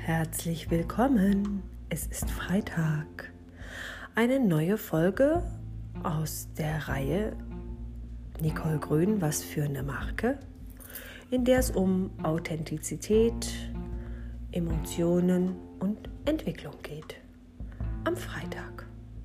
Herzlich willkommen. Es ist Freitag. Eine neue Folge aus der Reihe Nicole Grün, was für eine Marke, in der es um Authentizität, Emotionen und Entwicklung geht. Am Freitag.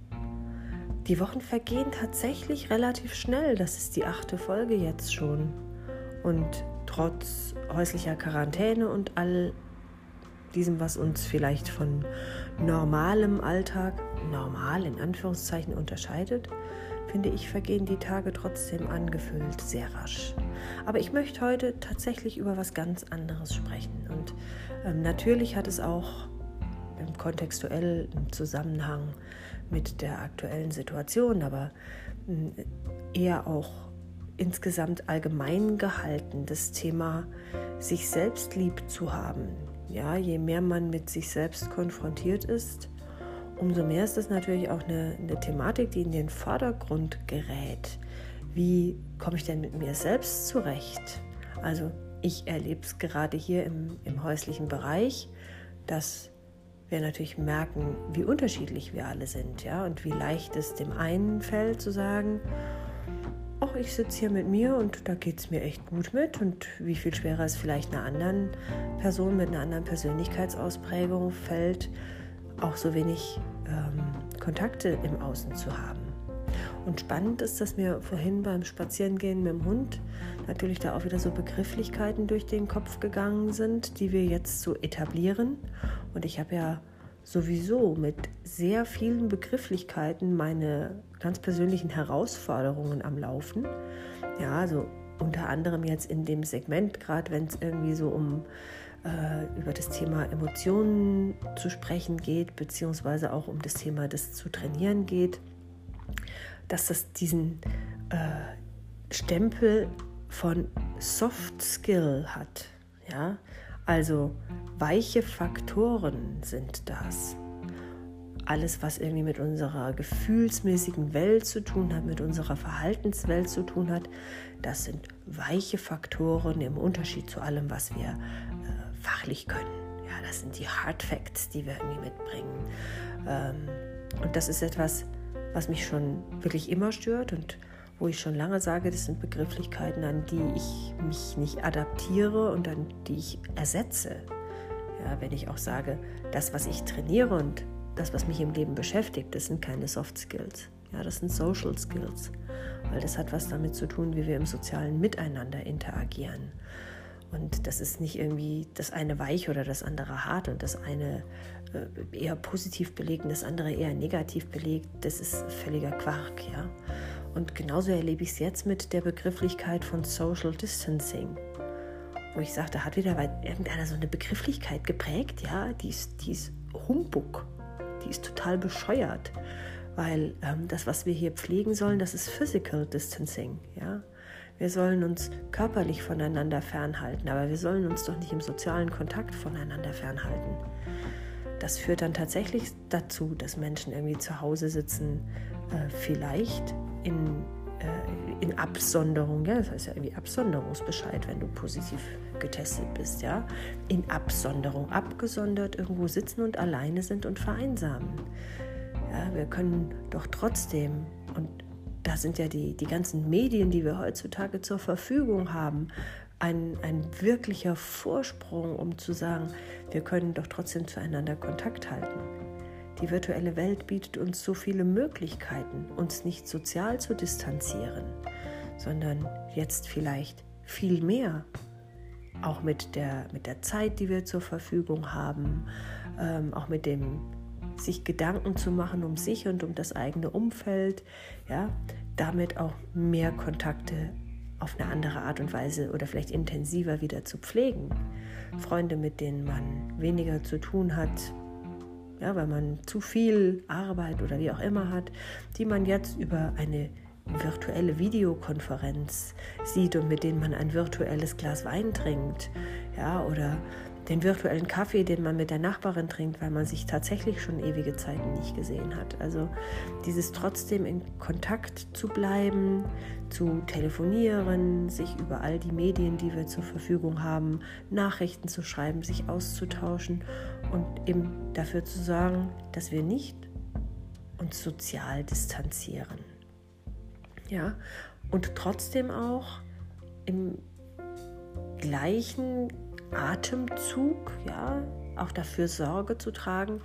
Die Wochen vergehen tatsächlich relativ schnell. Das ist die 8. Folge jetzt schon. Und trotz häuslicher Quarantäne und all diesem, was uns vielleicht von normalem Alltag, normal in Anführungszeichen, unterscheidet, finde ich, vergehen die Tage trotzdem angefüllt sehr rasch. Aber ich möchte heute tatsächlich über was ganz anderes sprechen. Und natürlich hat es auch im kontextuellen Zusammenhang mit der aktuellen Situation, aber eher auch insgesamt allgemein gehalten, das Thema sich selbst lieb zu haben. Ja, je mehr man mit sich selbst konfrontiert ist, umso mehr ist das natürlich auch eine Thematik, die in den Vordergrund gerät. Wie komme ich denn mit mir selbst zurecht? Also ich erlebe es gerade hier im häuslichen Bereich, dass wir natürlich merken, wie unterschiedlich wir alle sind, ja, und wie leicht es dem einen fällt zu sagen, ach, ich sitze hier mit mir und da geht es mir echt gut mit, und wie viel schwerer es vielleicht einer anderen Person mit einer anderen Persönlichkeitsausprägung fällt, auch so wenig Kontakte im Außen zu haben. Und spannend ist, dass mir vorhin beim Spazierengehen mit dem Hund natürlich da auch wieder so Begrifflichkeiten durch den Kopf gegangen sind, die wir jetzt so etablieren. Und ich habe ja sowieso mit sehr vielen Begrifflichkeiten meine ganz persönlichen Herausforderungen am Laufen. Ja, also unter anderem jetzt in dem Segment, gerade wenn es irgendwie so um über das Thema Emotionen zu sprechen geht, beziehungsweise auch um das Thema des zu trainieren geht, dass das diesen Stempel von Soft Skill hat. Ja? Also weiche Faktoren sind das. Alles, was irgendwie mit unserer gefühlsmäßigen Welt zu tun hat, mit unserer Verhaltenswelt zu tun hat, das sind weiche Faktoren im Unterschied zu allem, was wir fachlich können. Ja, das sind die Hard Facts, die wir irgendwie mitbringen. Und das ist etwas, was mich schon wirklich immer stört und wo ich schon lange sage, das sind Begrifflichkeiten, an die ich mich nicht adaptiere und an die ich ersetze. Ja, wenn ich auch sage, das, was ich trainiere und das, was mich im Leben beschäftigt, das sind keine Soft Skills. Ja, das sind Social Skills, weil das hat was damit zu tun, wie wir im sozialen Miteinander interagieren. Und das ist nicht irgendwie das eine weich oder das andere hart und das eine eher positiv belegt und das andere eher negativ belegt. Das ist völliger Quark, ja. Und genauso erlebe ich es jetzt mit der Begrifflichkeit von Social Distancing, wo ich sage, da hat wieder irgendeiner so eine Begrifflichkeit geprägt, ja, die ist Humbug, die ist total bescheuert, weil das, was wir hier pflegen sollen, das ist Physical Distancing, ja. Wir sollen uns körperlich voneinander fernhalten, aber wir sollen uns doch nicht im sozialen Kontakt voneinander fernhalten. Das führt dann tatsächlich dazu, dass Menschen irgendwie zu Hause sitzen, vielleicht in Absonderung, ja, das heißt ja irgendwie Absonderungsbescheid, wenn du positiv getestet bist, ja, in Absonderung, abgesondert irgendwo sitzen und alleine sind und vereinsamen. Ja, wir können doch trotzdem, und da sind ja die ganzen Medien, die wir heutzutage zur Verfügung haben, ein wirklicher Vorsprung, um zu sagen, wir können doch trotzdem zueinander Kontakt halten. Die virtuelle Welt bietet uns so viele Möglichkeiten, uns nicht sozial zu distanzieren, sondern jetzt vielleicht viel mehr, auch mit der Zeit, die wir zur Verfügung haben, auch mit dem sich Gedanken zu machen um sich und um das eigene Umfeld, ja, damit auch mehr Kontakte auf eine andere Art und Weise oder vielleicht intensiver wieder zu pflegen. Freunde, mit denen man weniger zu tun hat, ja, weil man zu viel Arbeit oder wie auch immer hat, die man jetzt über eine virtuelle Videokonferenz sieht und mit denen man ein virtuelles Glas Wein trinkt, ja, oder den virtuellen Kaffee, den man mit der Nachbarin trinkt, weil man sich tatsächlich schon ewige Zeiten nicht gesehen hat. Also dieses trotzdem in Kontakt zu bleiben, zu telefonieren, sich über all die Medien, die wir zur Verfügung haben, Nachrichten zu schreiben, sich auszutauschen und eben dafür zu sorgen, dass wir nicht uns sozial distanzieren. Ja, und trotzdem auch im gleichen Atemzug, ja, auch dafür Sorge zu tragen,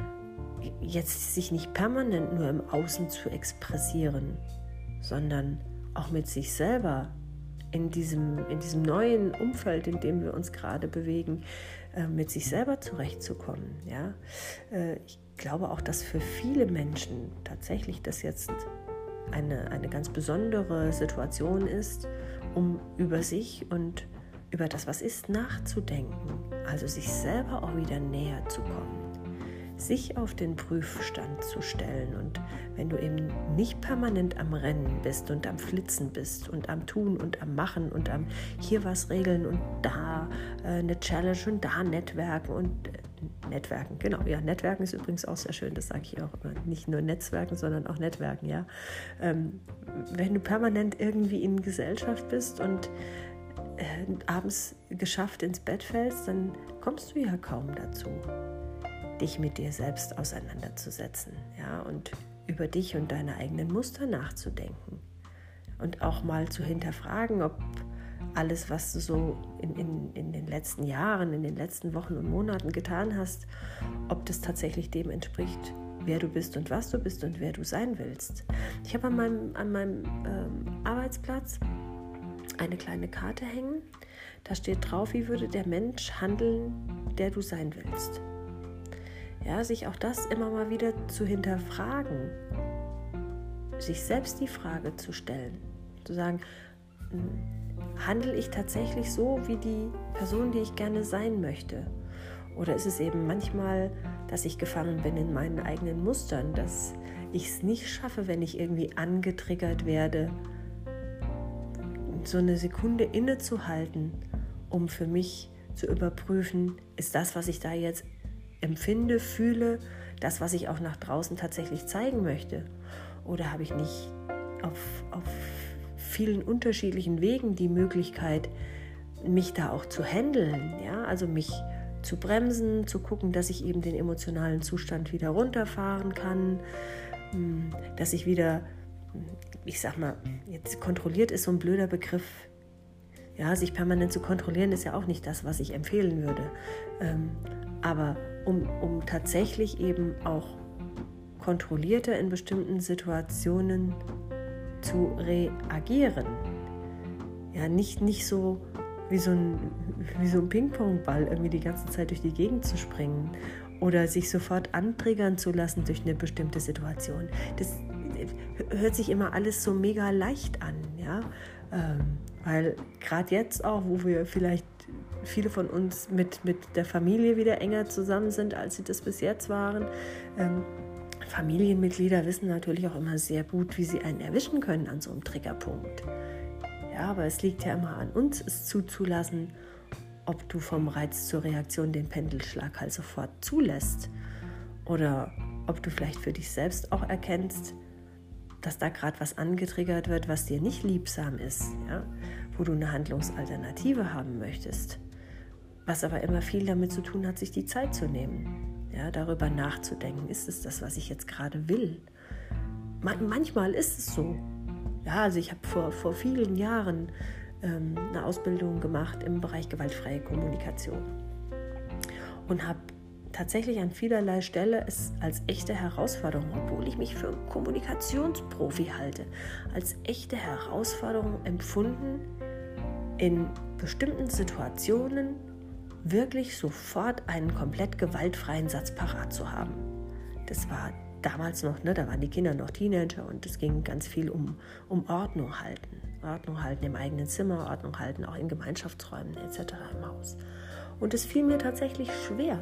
jetzt sich nicht permanent nur im Außen zu expressieren, sondern auch mit sich selber in diesem neuen Umfeld, in dem wir uns gerade bewegen, mit sich selber zurechtzukommen. Ja? Ich glaube auch, dass für viele Menschen tatsächlich das jetzt eine ganz besondere Situation ist, um über sich und über das, was ist, nachzudenken, also sich selber auch wieder näher zu kommen, sich auf den Prüfstand zu stellen. Und wenn du eben nicht permanent am Rennen bist und am Flitzen bist und am Tun und am Machen und am hier was regeln und da eine Challenge und da Netzwerken und Netzwerken, genau, ja, Netzwerken ist übrigens auch sehr schön, das sage ich auch immer, nicht nur Netzwerken, sondern auch Netzwerken, ja. Wenn du permanent irgendwie in Gesellschaft bist und abends geschafft ins Bett fällst, dann kommst du ja kaum dazu, dich mit dir selbst auseinanderzusetzen, ja, und über dich und deine eigenen Muster nachzudenken und auch mal zu hinterfragen, ob alles, was du so in den letzten Jahren, in den letzten Wochen und Monaten getan hast, ob das tatsächlich dem entspricht, wer du bist und was du bist und wer du sein willst. Ich habe an meinem Arbeitsplatz eine kleine Karte hängen, da steht drauf, wie würde der Mensch handeln, der du sein willst. Ja, sich auch das immer mal wieder zu hinterfragen, sich selbst die Frage zu stellen, zu sagen, handle ich tatsächlich so wie die Person, die ich gerne sein möchte? Oder ist es eben manchmal, dass ich gefangen bin in meinen eigenen Mustern, dass ich es nicht schaffe, wenn ich irgendwie angetriggert werde, so eine Sekunde innezuhalten, um für mich zu überprüfen, ist das, was ich da jetzt empfinde, fühle, das, was ich auch nach draußen tatsächlich zeigen möchte? Oder habe ich nicht auf vielen unterschiedlichen Wegen die Möglichkeit, mich da auch zu handeln, ja? Also mich zu bremsen, zu gucken, dass ich eben den emotionalen Zustand wieder runterfahren kann, dass ich wieder, ich sag mal, jetzt kontrolliert ist so ein blöder Begriff. Ja, sich permanent zu kontrollieren ist ja auch nicht das, was ich empfehlen würde. Aber um tatsächlich eben auch kontrollierter in bestimmten Situationen zu reagieren. Ja, nicht so wie so ein Ping-Pong-Ball irgendwie die ganze Zeit durch die Gegend zu springen oder sich sofort antriggern zu lassen durch eine bestimmte Situation. Das hört sich immer alles so mega leicht an, ja, weil gerade jetzt auch, wo wir vielleicht viele von uns mit der Familie wieder enger zusammen sind, als sie das bis jetzt waren, Familienmitglieder wissen natürlich auch immer sehr gut, wie sie einen erwischen können an so einem Triggerpunkt. Ja, aber es liegt ja immer an uns, es zuzulassen, ob du vom Reiz zur Reaktion den Pendelschlag halt sofort zulässt oder ob du vielleicht für dich selbst auch erkennst, dass da gerade was angetriggert wird, was dir nicht liebsam ist, ja? Wo du eine Handlungsalternative haben möchtest, was aber immer viel damit zu tun hat, sich die Zeit zu nehmen, ja? Darüber nachzudenken, ist es das, was ich jetzt gerade will? Manchmal ist es so. Ja, also ich habe vor vielen Jahren eine Ausbildung gemacht im Bereich gewaltfreie Kommunikation und habe tatsächlich an vielerlei Stelle es als echte Herausforderung, obwohl ich mich für einen Kommunikationsprofi halte, als echte Herausforderung empfunden, in bestimmten Situationen wirklich sofort einen komplett gewaltfreien Satz parat zu haben. Das war damals noch, ne, da waren die Kinder noch Teenager und es ging ganz viel um Ordnung halten. Ordnung halten im eigenen Zimmer, Ordnung halten auch in Gemeinschaftsräumen etc. im Haus. Und es fiel mir tatsächlich schwer,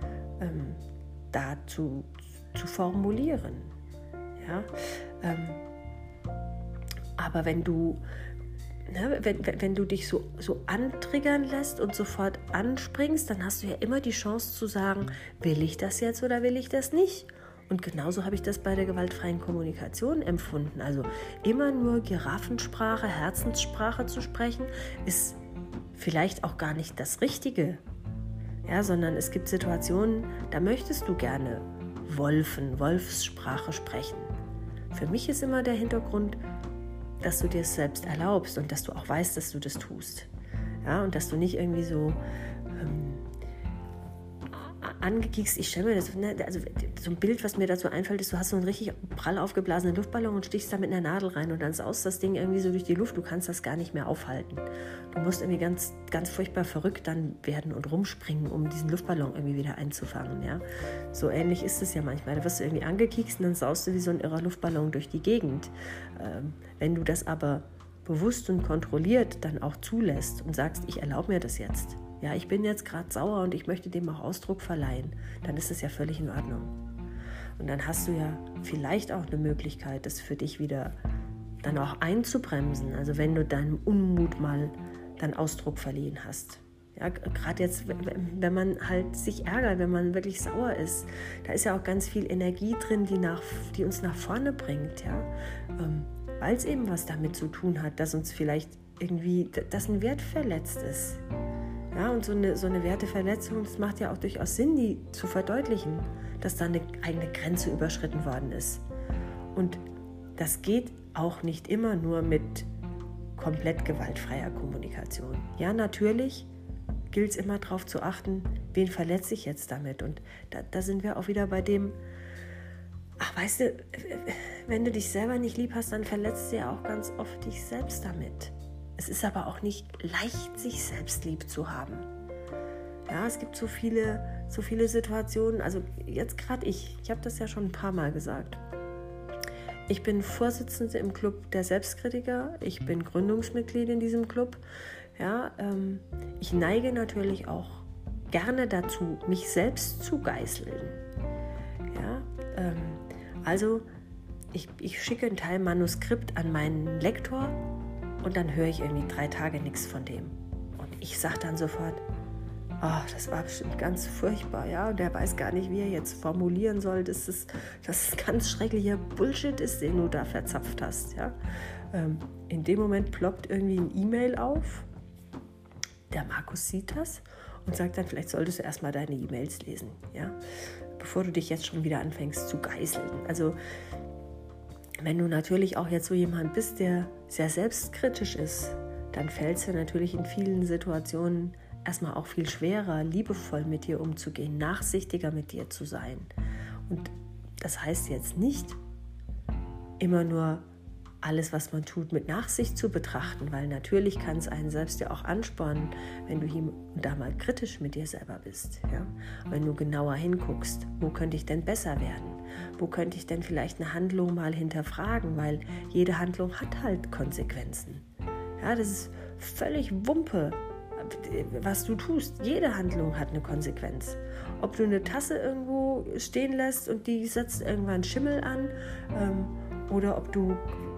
da zu formulieren. Ja? Aber wenn du wenn du dich so antriggern lässt und sofort anspringst, dann hast du ja immer die Chance zu sagen, will ich das jetzt oder will ich das nicht? Und genauso habe ich das bei der gewaltfreien Kommunikation empfunden. Also immer nur Giraffensprache, Herzenssprache zu sprechen, ist vielleicht auch gar nicht das Richtige. Ja, sondern es gibt Situationen, da möchtest du gerne Wolfssprache sprechen. Für mich ist immer der Hintergrund, dass du dir es selbst erlaubst und dass du auch weißt, dass du das tust. Ja, und dass du nicht irgendwie so angekiekst, ich stelle mir das, also so ein Bild, was mir dazu einfällt, ist, du hast so einen richtig prall aufgeblasenen Luftballon und stichst da mit einer Nadel rein und dann saust das Ding irgendwie so durch die Luft, du kannst das gar nicht mehr aufhalten. Du musst irgendwie ganz, ganz furchtbar verrückt dann werden und rumspringen, um diesen Luftballon irgendwie wieder einzufangen, ja. So ähnlich ist es ja manchmal, da wirst du irgendwie angekiekst und dann saust du wie so ein irrer Luftballon durch die Gegend. Wenn du das aber bewusst und kontrolliert dann auch zulässt und sagst, ich erlaube mir das jetzt, ja, ich bin jetzt gerade sauer und ich möchte dem auch Ausdruck verleihen, dann ist es ja völlig in Ordnung. Und dann hast du ja vielleicht auch eine Möglichkeit, das für dich wieder dann auch einzubremsen. Also wenn du deinem Unmut mal dann Ausdruck verliehen hast. Ja, gerade jetzt, wenn man halt sich ärgert, wenn man wirklich sauer ist, da ist ja auch ganz viel Energie drin, die uns nach vorne bringt, ja, weil es eben was damit zu tun hat, dass uns vielleicht irgendwie, dass ein Wert verletzt ist. Ja, und so eine Werteverletzung, das macht ja auch durchaus Sinn, die zu verdeutlichen, dass da eine eigene Grenze überschritten worden ist. Und das geht auch nicht immer nur mit komplett gewaltfreier Kommunikation. Ja, natürlich gilt es immer darauf zu achten, wen verletze ich jetzt damit. Und da sind wir auch wieder bei dem, ach, weißt du, wenn du dich selber nicht lieb hast, dann verletzt du ja auch ganz oft dich selbst damit. Es ist aber auch nicht leicht, sich selbst lieb zu haben. Ja, es gibt so viele Situationen, also jetzt gerade ich habe das ja schon ein paar Mal gesagt. Ich bin Vorsitzende im Club der Selbstkritiker, ich bin Gründungsmitglied in diesem Club. Ja, ich neige natürlich auch gerne dazu, mich selbst zu geißeln. Ja, also ich schicke ein Teil Manuskript an meinen Lektor und dann höre ich irgendwie 3 Tage nichts von dem. Und ich sage dann sofort, oh, das war bestimmt ganz furchtbar, ja, und der weiß gar nicht, wie er jetzt formulieren soll, dass es ganz schrecklicher Bullshit ist, den du da verzapft hast, ja. In dem Moment ploppt irgendwie ein E-Mail auf, der Markus sieht das und sagt dann, vielleicht solltest du erstmal deine E-Mails lesen, ja, bevor du dich jetzt schon wieder anfängst zu geißeln. Also wenn du natürlich auch jetzt so jemand bist, der sehr selbstkritisch ist, dann fällt es dir natürlich in vielen Situationen erstmal auch viel schwerer, liebevoll mit dir umzugehen, nachsichtiger mit dir zu sein. Und das heißt jetzt nicht, immer nur alles, was man tut, mit Nachsicht zu betrachten, weil natürlich kann es einen selbst ja auch anspornen, wenn du hier und da mal kritisch mit dir selber bist. Ja? Wenn du genauer hinguckst, wo könnte ich denn besser werden? Wo könnte ich denn vielleicht eine Handlung mal hinterfragen, weil jede Handlung hat halt Konsequenzen. Ja, das ist völlig Wumpe, was du tust. Jede Handlung hat eine Konsequenz. Ob du eine Tasse irgendwo stehen lässt und die setzt irgendwann Schimmel an, oder ob du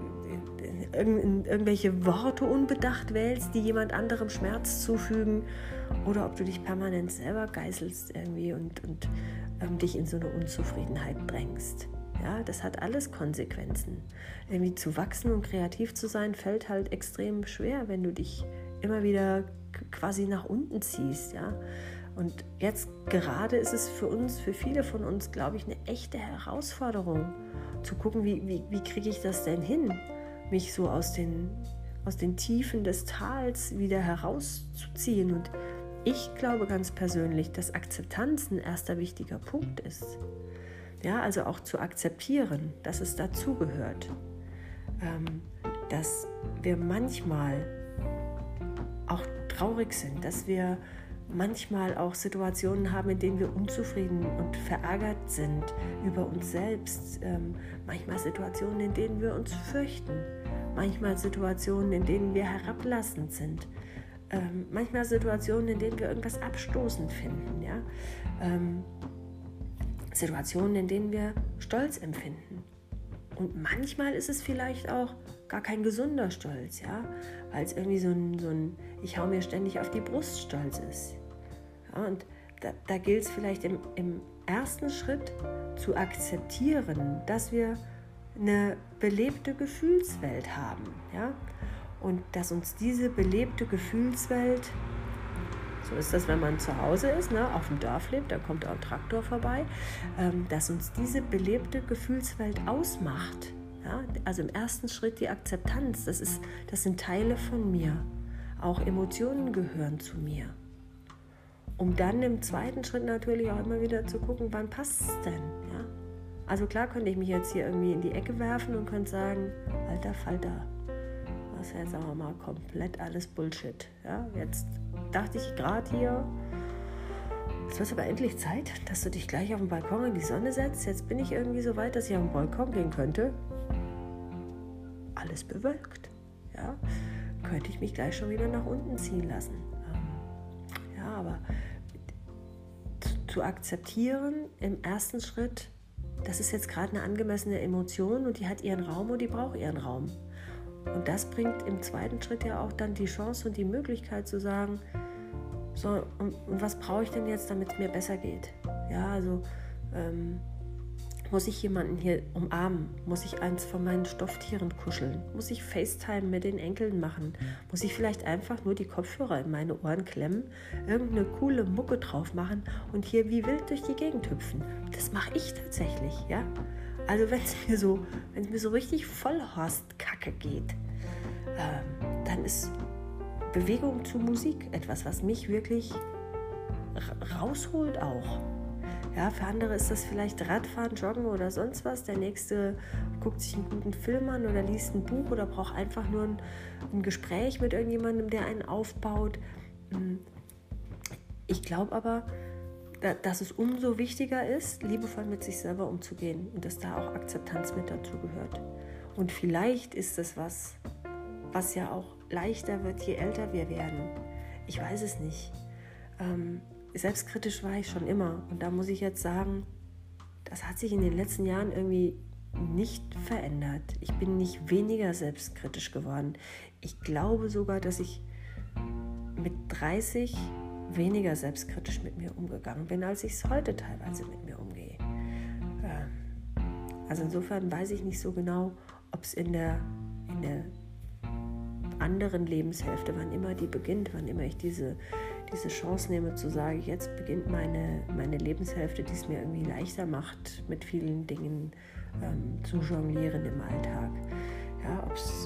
irgendwelche Worte unbedacht wählst, die jemand anderem Schmerz zufügen, oder ob du dich permanent selber geißelst irgendwie und dich in so eine Unzufriedenheit drängst. Ja, das hat alles Konsequenzen. Irgendwie zu wachsen und kreativ zu sein, fällt halt extrem schwer, wenn du dich immer wieder quasi nach unten ziehst. Ja? Und jetzt gerade ist es für viele von uns, glaube ich, eine echte Herausforderung, zu gucken, wie kriege ich das denn hin, mich so aus den Tiefen des Tals wieder herauszuziehen. Und ich glaube ganz persönlich, dass Akzeptanz ein erster wichtiger Punkt ist. Ja, also auch zu akzeptieren, dass es dazugehört. Dass wir manchmal auch traurig sind, dass wir manchmal auch Situationen haben, in denen wir unzufrieden und verärgert sind über uns selbst. Manchmal Situationen, in denen wir uns fürchten. Manchmal Situationen, in denen wir herablassend sind. Manchmal Situationen, in denen wir irgendwas abstoßend finden. Ja? Situationen, in denen wir Stolz empfinden. Und manchmal ist es vielleicht auch gar kein gesunder Stolz, ja, weil es irgendwie so ein ich hau mir ständig auf die Brust Stolz ist. Ja, und da gilt es vielleicht im ersten Schritt zu akzeptieren, dass wir eine belebte Gefühlswelt haben, ja, und dass uns diese belebte Gefühlswelt, so ist das, wenn man zu Hause ist, ne, auf dem Dorf lebt, da kommt auch ein Traktor vorbei, dass uns diese belebte Gefühlswelt ausmacht. Ja? Also im ersten Schritt die Akzeptanz, das sind Teile von mir. Auch Emotionen gehören zu mir. Um dann im zweiten Schritt natürlich auch immer wieder zu gucken, wann passt es denn? Ja? Also klar könnte ich mich jetzt hier irgendwie in die Ecke werfen und könnte sagen, alter Falter, das ist jetzt aber mal komplett alles Bullshit. Ja? Jetzt dachte ich gerade hier, es wird aber endlich Zeit, dass du dich gleich auf den Balkon in die Sonne setzt. Jetzt bin ich irgendwie so weit, dass ich auf den Balkon gehen könnte. Alles bewölkt. Ja? Könnte ich mich gleich schon wieder nach unten ziehen lassen. Ja, aber zu akzeptieren im ersten Schritt, das ist jetzt gerade eine angemessene Emotion und die hat ihren Raum und die braucht ihren Raum. Und das bringt im zweiten Schritt ja auch dann die Chance und die Möglichkeit zu sagen, so, und was brauche ich denn jetzt, damit es mir besser geht? Ja, also muss ich jemanden hier umarmen? Muss ich eins von meinen Stofftieren kuscheln? Muss ich FaceTime mit den Enkeln machen? Muss ich vielleicht einfach nur die Kopfhörer in meine Ohren klemmen, irgendeine coole Mucke drauf machen und hier wie wild durch die Gegend hüpfen? Das mache ich tatsächlich, ja? Also wenn es mir so richtig Vollhorst-Kacke geht, dann ist Bewegung zu Musik etwas, was mich wirklich rausholt auch. Ja, für andere ist das vielleicht Radfahren, Joggen oder sonst was. Der nächste guckt sich einen guten Film an oder liest ein Buch oder braucht einfach nur ein Gespräch mit irgendjemandem, der einen aufbaut. Ich glaube aber, dass es umso wichtiger ist, liebevoll mit sich selber umzugehen und dass da auch Akzeptanz mit dazu gehört. Und vielleicht ist es was ja auch leichter wird, je älter wir werden. Ich weiß es nicht. Selbstkritisch war ich schon immer. Und da muss ich jetzt sagen, das hat sich in den letzten Jahren irgendwie nicht verändert. Ich bin nicht weniger selbstkritisch geworden. Ich glaube sogar, dass ich mit 30 weniger selbstkritisch mit mir umgegangen bin, als ich es heute teilweise mit mir umgehe. Also insofern weiß ich nicht so genau, ob es in der anderen Lebenshälfte, wann immer die beginnt, wann immer ich diese Chance nehme zu sagen, jetzt beginnt meine Lebenshälfte, die es mir irgendwie leichter macht, mit vielen Dingen zu jonglieren im Alltag. Ja, ob es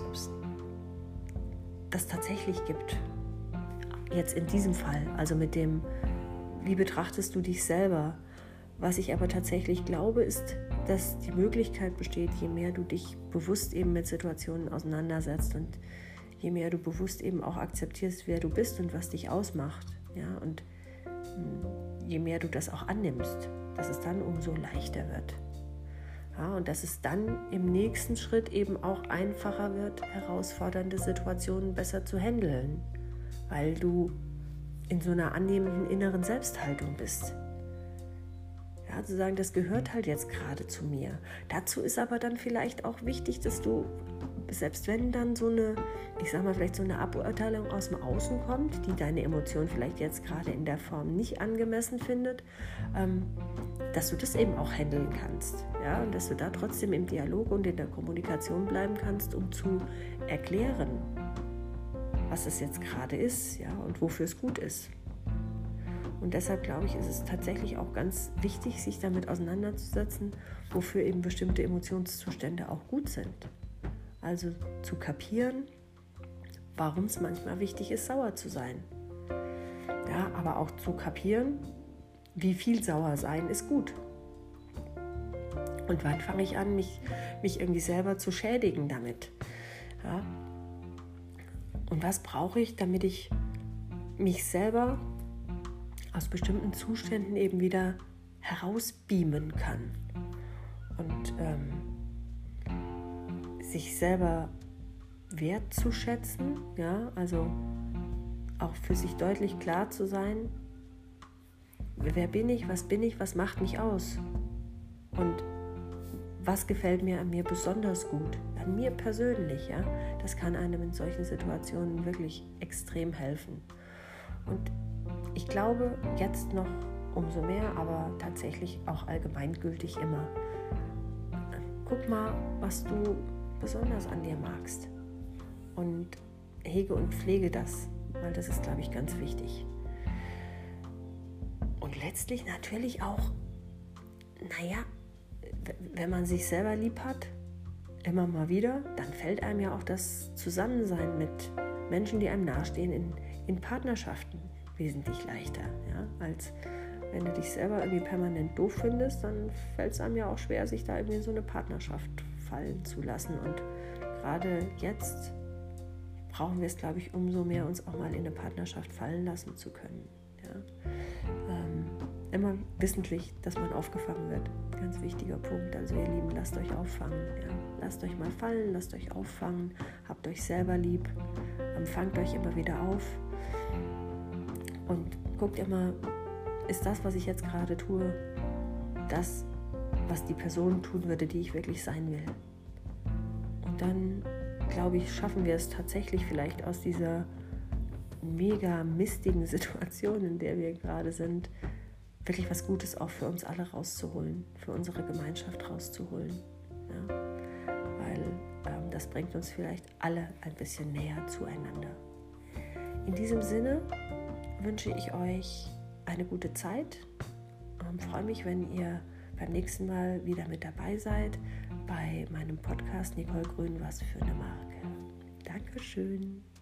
das tatsächlich gibt. Jetzt in diesem Fall, also mit dem, wie betrachtest du dich selber? Was ich aber tatsächlich glaube, ist, dass die Möglichkeit besteht, je mehr du dich bewusst eben mit Situationen auseinandersetzt und je mehr du bewusst eben auch akzeptierst, wer du bist und was dich ausmacht, ja, und je mehr du das auch annimmst, dass es dann umso leichter wird. Ja, und dass es dann im nächsten Schritt eben auch einfacher wird, herausfordernde Situationen besser zu handeln, weil du in so einer annehmenden inneren Selbsthaltung bist. Ja, zu sagen, das gehört halt jetzt gerade zu mir. Dazu ist aber dann vielleicht auch wichtig, dass du, selbst wenn dann so eine, ich sag mal, vielleicht so eine Aburteilung aus dem Außen kommt, die deine Emotion vielleicht jetzt gerade in der Form nicht angemessen findet, dass du das eben auch handeln kannst. Ja? Und dass du da trotzdem im Dialog und in der Kommunikation bleiben kannst, um zu erklären, was es jetzt gerade ist, ja, und wofür es gut ist. Und deshalb glaube ich, ist es tatsächlich auch ganz wichtig, sich damit auseinanderzusetzen, wofür eben bestimmte Emotionszustände auch gut sind. Also zu kapieren, warum es manchmal wichtig ist, sauer zu sein. Ja, aber auch zu kapieren, wie viel sauer sein ist gut. Und wann fange ich an, mich irgendwie selber zu schädigen damit? Ja? Und was brauche ich, damit ich mich selber aus bestimmten Zuständen eben wieder herausbeamen kann und sich selber wertzuschätzen, ja, also auch für sich deutlich klar zu sein, wer bin ich, was macht mich aus und was gefällt mir an mir besonders gut. Ja, mir persönlich, ja, das kann einem in solchen Situationen wirklich extrem helfen. Und ich glaube, jetzt noch umso mehr, aber tatsächlich auch allgemeingültig immer. Guck mal, was du besonders an dir magst. Und hege und pflege das, weil das ist, glaube ich, ganz wichtig. Und letztlich natürlich auch, wenn man sich selber lieb hat, immer mal wieder, dann fällt einem ja auch das Zusammensein mit Menschen, die einem nahestehen, in Partnerschaften wesentlich leichter. Ja? Als wenn du dich selber irgendwie permanent doof findest, dann fällt es einem ja auch schwer, sich da irgendwie in so eine Partnerschaft fallen zu lassen. Und gerade jetzt brauchen wir es, glaube ich, umso mehr, uns auch mal in eine Partnerschaft fallen lassen zu können. Ja? Immer wissentlich, dass man aufgefangen wird. Ganz wichtiger Punkt. Also ihr Lieben, lasst euch auffangen. Ja? Lasst euch mal fallen, lasst euch auffangen. Habt euch selber lieb. Fangt euch immer wieder auf. Und guckt immer, ist das, was ich jetzt gerade tue, das, was die Person tun würde, die ich wirklich sein will. Und dann, glaube ich, schaffen wir es tatsächlich vielleicht aus dieser mega mistigen Situation, in der wir gerade sind, wirklich was Gutes auch für uns alle rauszuholen, für unsere Gemeinschaft rauszuholen. Ja? Weil das bringt uns vielleicht alle ein bisschen näher zueinander. In diesem Sinne wünsche ich euch eine gute Zeit. Freue mich, wenn ihr beim nächsten Mal wieder mit dabei seid bei meinem Podcast Nicole Grün, was für eine Marke. Dankeschön.